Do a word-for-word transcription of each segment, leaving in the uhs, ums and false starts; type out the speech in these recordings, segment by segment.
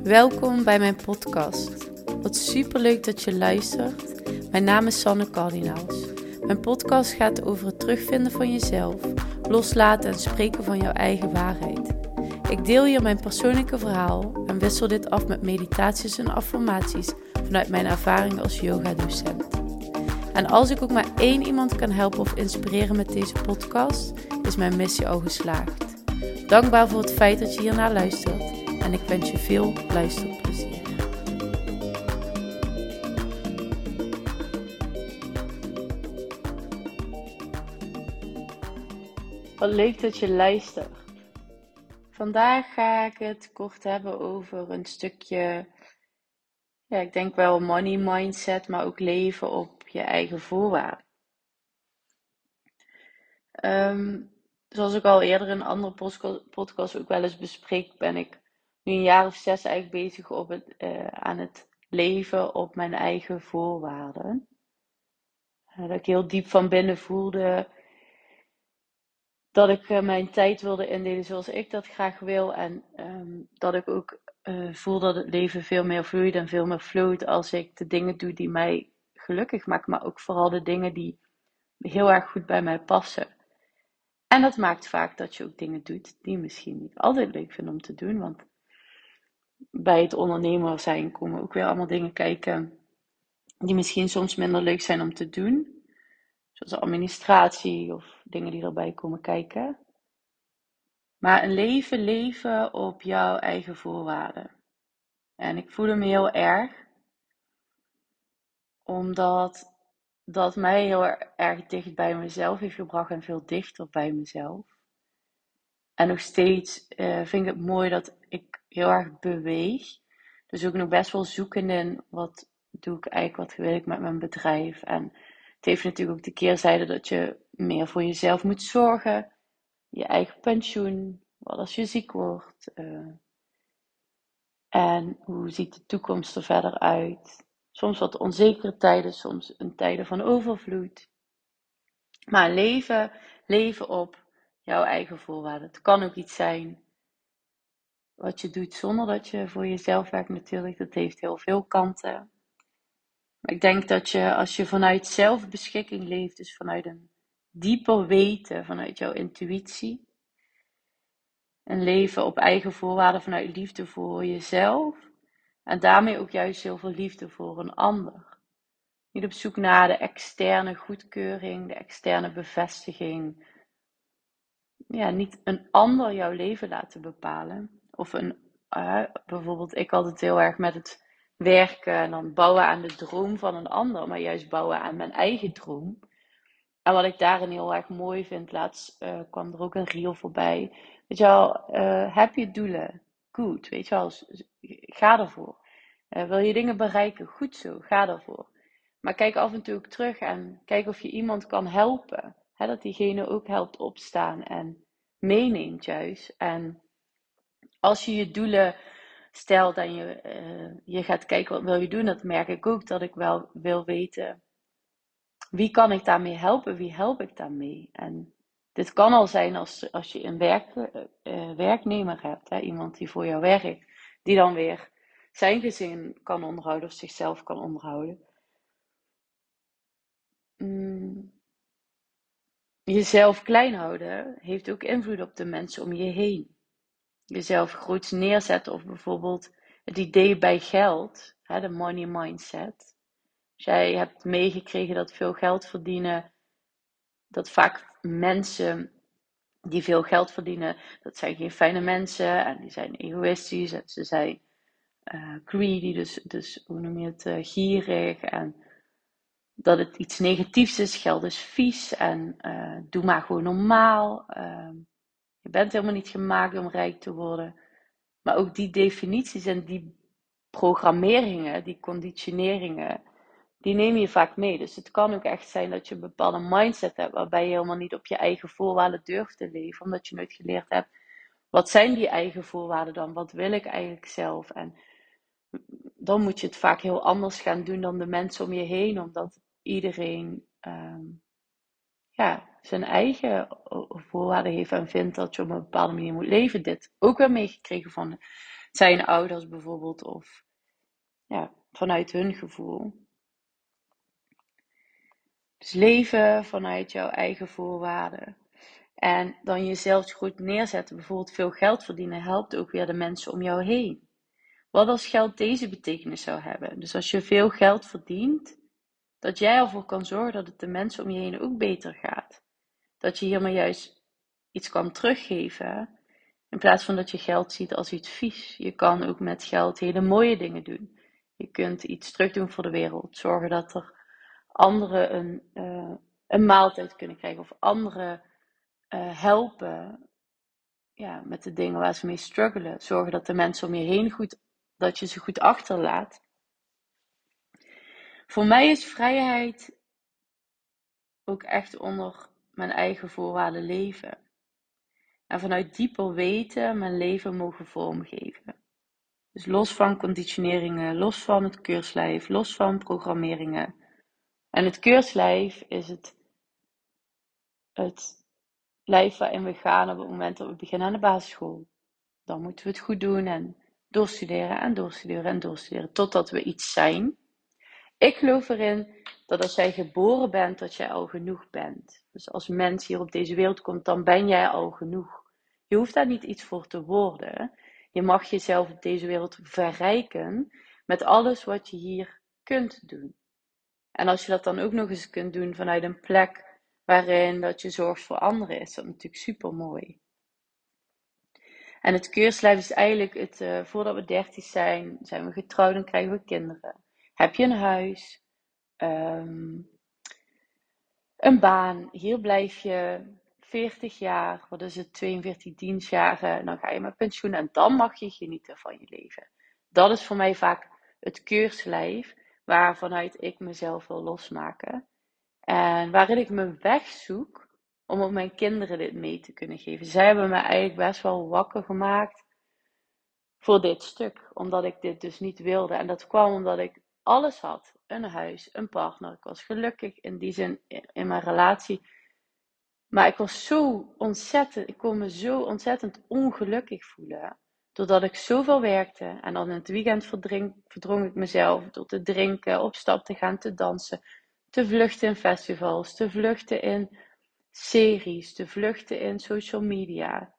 Welkom bij mijn podcast. Wat superleuk dat je luistert. Mijn naam is Sanne Cardinaals. Mijn podcast gaat over het terugvinden van jezelf, loslaten en spreken van jouw eigen waarheid. Ik deel hier mijn persoonlijke verhaal en wissel dit af met meditaties en affirmaties vanuit mijn ervaring als yoga-docent. En als ik ook maar één iemand kan helpen of inspireren met deze podcast, is mijn missie al geslaagd. Dankbaar voor het feit dat je hiernaar luistert en ik wens je veel luisterplezier. Wat leuk dat je luistert. Vandaag ga ik het kort hebben over een stukje, ja, ik denk wel money mindset, maar ook leven op je eigen voorwaarden. Um, zoals ik al eerder in een andere podcast ook wel eens bespreek, ben ik nu een jaar of zes eigenlijk bezig op het, uh, aan het leven op mijn eigen voorwaarden. Uh, dat ik heel diep van binnen voelde dat ik uh, mijn tijd wilde indelen zoals ik dat graag wil. En um, dat ik ook uh, voel dat het leven veel meer vloeit en veel meer floot als ik de dingen doe die mij gelukkig maken. Maar ook vooral de dingen die heel erg goed bij mij passen. En dat maakt vaak dat je ook dingen doet die je misschien niet altijd leuk vindt om te doen. Want bij het ondernemer zijn komen ook weer allemaal dingen kijken die misschien soms minder leuk zijn om te doen. Zoals administratie of dingen die erbij komen kijken. Maar een leven leven op jouw eigen voorwaarden. En ik voel hem heel erg. Omdat dat mij heel erg dicht bij mezelf heeft gebracht en veel dichter bij mezelf. En nog steeds uh, vind ik het mooi dat ik heel erg beweeg. Dus ook nog best wel zoeken in wat doe ik eigenlijk, wat wil ik met mijn bedrijf. En het heeft natuurlijk ook de keerzijde dat je meer voor jezelf moet zorgen. Je eigen pensioen, wat als je ziek wordt. Uh, en hoe ziet de toekomst er verder uit. Soms wat onzekere tijden, soms een tijden van overvloed. Maar leven, leven op jouw eigen voorwaarden. Het kan ook iets zijn wat je doet zonder dat je voor jezelf werkt natuurlijk. Dat heeft heel veel kanten. Maar ik denk dat je als je vanuit zelfbeschikking leeft, dus vanuit een dieper weten, vanuit jouw intuïtie. Een leven op eigen voorwaarden vanuit liefde voor jezelf. En daarmee ook juist heel veel liefde voor een ander. Niet op zoek naar de externe goedkeuring, de externe bevestiging. Ja, niet een ander jouw leven laten bepalen. Of een, uh, bijvoorbeeld ik altijd heel erg met het werken en dan bouwen aan de droom van een ander. Maar juist bouwen aan mijn eigen droom. En wat ik daarin heel erg mooi vind, laatst uh, kwam er ook een reel voorbij. Weet je wel, uh, heb je doelen? Goed, weet je wel, ga ervoor. Uh, wil je dingen bereiken? Goed zo, ga ervoor. Maar kijk af en toe ook terug en kijk of je iemand kan helpen. Hè, dat diegene ook helpt opstaan en meeneemt juist. En als je je doelen stelt en je, uh, je gaat kijken wat wil je doen, dat merk ik ook dat ik wel wil weten. Wie kan ik daarmee helpen? Wie help ik daarmee? En dit kan al zijn als, als je een werk, uh, werknemer hebt. Hè? Iemand die voor jou werkt. Die dan weer zijn gezin kan onderhouden of zichzelf kan onderhouden. Mm. Jezelf klein houden heeft ook invloed op de mensen om je heen. Jezelf groots neerzetten of bijvoorbeeld het idee bij geld. Hè, de money mindset. Als jij hebt meegekregen dat veel geld verdienen, dat vaak mensen die veel geld verdienen, dat zijn geen fijne mensen en die zijn egoïstisch en ze zijn uh, greedy, dus, dus hoe noem je het, uh, gierig en dat het iets negatiefs is, geld is vies en uh, doe maar gewoon normaal. Uh, je bent helemaal niet gemaakt om rijk te worden. Maar ook die definities en die programmeringen, die conditioneringen, die neem je vaak mee. Dus het kan ook echt zijn dat je een bepaalde mindset hebt waarbij je helemaal niet op je eigen voorwaarden durft te leven. Omdat je nooit geleerd hebt, wat zijn die eigen voorwaarden dan? Wat wil ik eigenlijk zelf? En dan moet je het vaak heel anders gaan doen dan de mensen om je heen. Omdat iedereen um, ja, zijn eigen voorwaarden heeft en vindt dat je op een bepaalde manier moet leven. Dit ook weer meegekregen van zijn ouders bijvoorbeeld, of ja, vanuit hun gevoel. Dus leven vanuit jouw eigen voorwaarden. En dan jezelf goed neerzetten. Bijvoorbeeld veel geld verdienen helpt ook weer de mensen om jou heen. Wat als geld deze betekenis zou hebben? Dus als je veel geld verdient, dat jij ervoor kan zorgen dat het de mensen om je heen ook beter gaat. Dat je hiermee juist iets kan teruggeven, in plaats van dat je geld ziet als iets vies. Je kan ook met geld hele mooie dingen doen. Je kunt iets terugdoen voor de wereld. Zorgen dat er anderen een, uh, een maaltijd kunnen krijgen. Of anderen uh, helpen ja, met de dingen waar ze mee struggelen. Zorgen dat de mensen om je heen goed, dat je ze goed achterlaat. Voor mij is vrijheid ook echt onder mijn eigen voorwaarden leven. En vanuit dieper weten mijn leven mogen vormgeven. Dus los van conditioneringen, los van het keurslijf, los van programmeringen. En het keurslijf is het, het lijf waarin we gaan op het moment dat we beginnen aan de basisschool. Dan moeten we het goed doen en doorstuderen en doorstuderen en doorstuderen totdat we iets zijn. Ik geloof erin dat als jij geboren bent, dat jij al genoeg bent. Dus als mens hier op deze wereld komt, dan ben jij al genoeg. Je hoeft daar niet iets voor te worden. Je mag jezelf op deze wereld verrijken met alles wat je hier kunt doen. En als je dat dan ook nog eens kunt doen vanuit een plek waarin dat je zorgt voor anderen, is dat natuurlijk super mooi. En het keurslijf is eigenlijk het, uh, voordat we dertig zijn, zijn we getrouwd en krijgen we kinderen. Heb je een huis? Um, een baan, hier blijf je veertig jaar, wat is het, tweeënveertig dienstjaren, dan ga je met pensioen en dan mag je genieten van je leven. Dat is voor mij vaak het keurslijf waarvanuit ik mezelf wil losmaken en waarin ik mijn weg zoek om ook mijn kinderen dit mee te kunnen geven. Zij hebben me eigenlijk best wel wakker gemaakt voor dit stuk, omdat ik dit dus niet wilde. En dat kwam omdat ik alles had. Een huis, een partner. Ik was gelukkig in die zin in mijn relatie. Maar ik was zo ontzettend, ik kon me zo ontzettend ongelukkig voelen. Doordat ik zoveel werkte. En dan in het weekend verdrink, verdrong ik mezelf door te drinken, op stap te gaan, te dansen. Te vluchten in festivals, te vluchten in series, te vluchten in social media.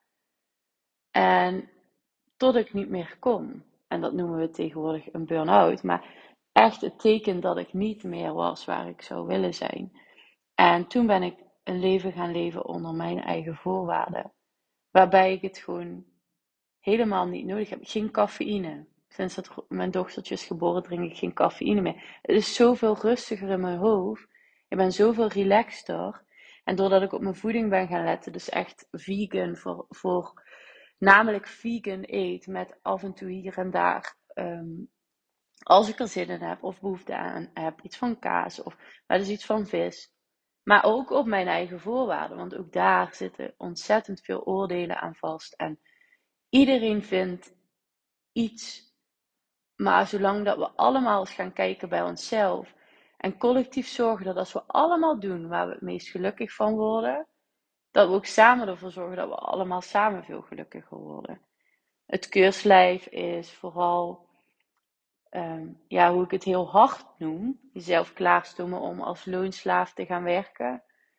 En tot ik niet meer kon. En dat noemen we tegenwoordig een burn-out. Maar echt het teken dat ik niet meer was waar ik zou willen zijn. En toen ben ik een leven gaan leven onder mijn eigen voorwaarden. Waarbij ik het gewoon helemaal niet nodig heb. Geen cafeïne. Sinds dat mijn dochtertje is geboren drink ik geen cafeïne meer. Het is zoveel rustiger in mijn hoofd. Ik ben zoveel relaxter. En doordat ik op mijn voeding ben gaan letten, dus echt vegan voor... voor namelijk vegan eet met af en toe hier en daar, um, als ik er zin in heb of behoefte aan heb, iets van kaas of maar dus iets van vis. Maar ook op mijn eigen voorwaarden, want ook daar zitten ontzettend veel oordelen aan vast. En iedereen vindt iets, maar zolang dat we allemaal eens gaan kijken bij onszelf en collectief zorgen dat als we allemaal doen waar we het meest gelukkig van worden, dat we ook samen ervoor zorgen dat we allemaal samen veel gelukkiger worden. Het keurslijf is vooral, um, ja, hoe ik het heel hard noem, jezelf klaarstomen om als loonslaaf te gaan werken.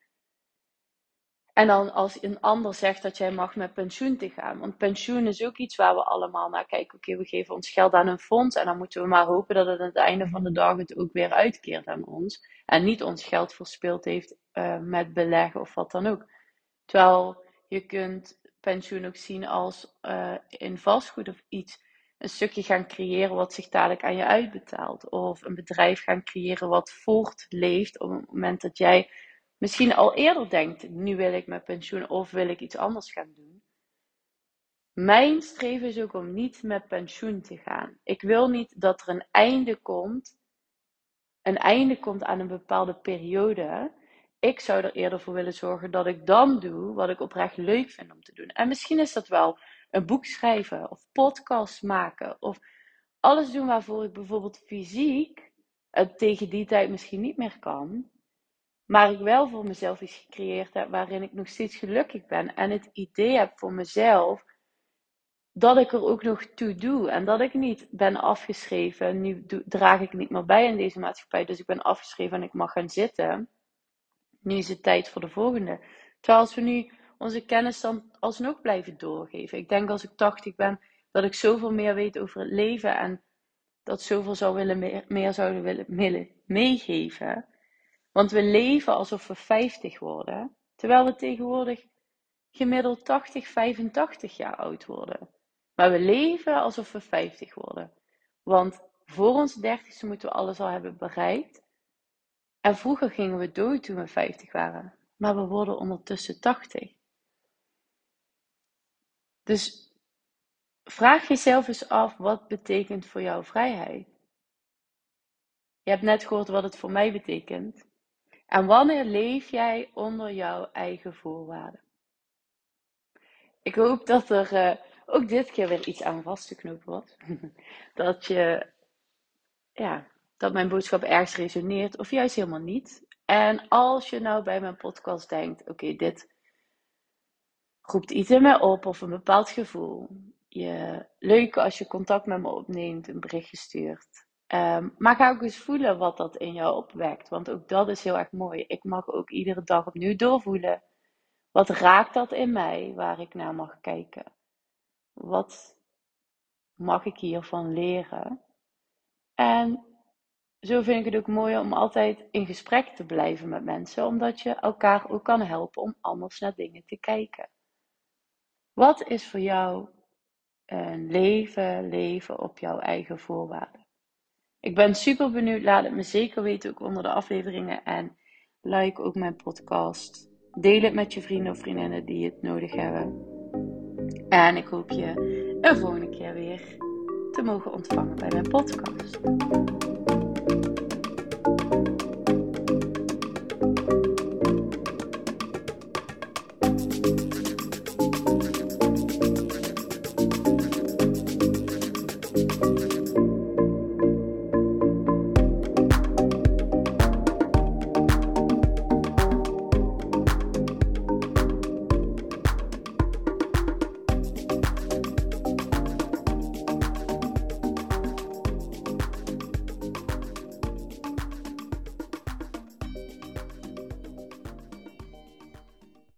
En dan als een ander zegt dat jij mag met pensioen te gaan. Want pensioen is ook iets waar we allemaal naar kijken. Oké, okay, we geven ons geld aan een fonds en dan moeten we maar hopen dat het aan het einde van de dag het ook weer uitkeert aan ons. En niet ons geld verspild heeft uh, met beleggen of wat dan ook. Terwijl je kunt pensioen ook zien als uh, in vastgoed of iets. Een stukje gaan creëren wat zich dadelijk aan je uitbetaalt. Of een bedrijf gaan creëren wat voortleeft op het moment dat jij misschien al eerder denkt, nu wil ik met pensioen of wil ik iets anders gaan doen. Mijn streven is ook om niet met pensioen te gaan. Ik wil niet dat er een einde komt, een einde komt aan een bepaalde periode. Ik zou er eerder voor willen zorgen dat ik dan doe wat ik oprecht leuk vind om te doen. En misschien is dat wel een boek schrijven of podcast maken of alles doen waarvoor ik bijvoorbeeld fysiek het tegen die tijd misschien niet meer kan. Maar ik wel voor mezelf iets gecreëerd heb waarin ik nog steeds gelukkig ben. En het idee heb voor mezelf dat ik er ook nog toe doe. En dat ik niet ben afgeschreven. Nu doe, draag ik niet meer bij in deze maatschappij. Dus ik ben afgeschreven en ik mag gaan zitten. Nu is het tijd voor de volgende. Terwijl als we nu onze kennis dan alsnog blijven doorgeven. Ik denk als ik tachtig ben, dat ik zoveel meer weet over het leven. En dat zoveel zou willen, meer, meer zouden willen, willen meegeven. Want we leven alsof we vijftig worden. Terwijl we tegenwoordig gemiddeld tachtig, vijfentachtig jaar oud worden. Maar we leven alsof we vijftig worden. Want voor ons dertigste moeten we alles al hebben bereikt. En vroeger gingen we dood toen we vijftig waren. Maar we worden ondertussen tachtig. Dus vraag jezelf eens af, wat betekent voor jou vrijheid? Je hebt net gehoord wat het voor mij betekent. En wanneer leef jij onder jouw eigen voorwaarden? Ik hoop dat er uh, ook dit keer weer iets aan vast te knopen wordt. Dat je, ja, dat mijn boodschap ergens resoneert of juist helemaal niet. En als je nou bij mijn podcast denkt, oké, okay, dit roept iets in mij op of een bepaald gevoel. Je, leuk als je contact met me opneemt, een berichtje stuurt. Um, maar ga ook eens voelen wat dat in jou opwekt. Want ook dat is heel erg mooi. Ik mag ook iedere dag opnieuw doorvoelen. Wat raakt dat in mij waar ik naar mag kijken? Wat mag ik hiervan leren? En zo vind ik het ook mooi om altijd in gesprek te blijven met mensen. Omdat je elkaar ook kan helpen om anders naar dingen te kijken. Wat is voor jou een leven, leven op jouw eigen voorwaarden? Ik ben super benieuwd. Laat het me zeker weten ook onder de afleveringen. En like ook mijn podcast. Deel het met je vrienden of vriendinnen die het nodig hebben. En ik hoop je een volgende keer weer te mogen ontvangen bij mijn podcast.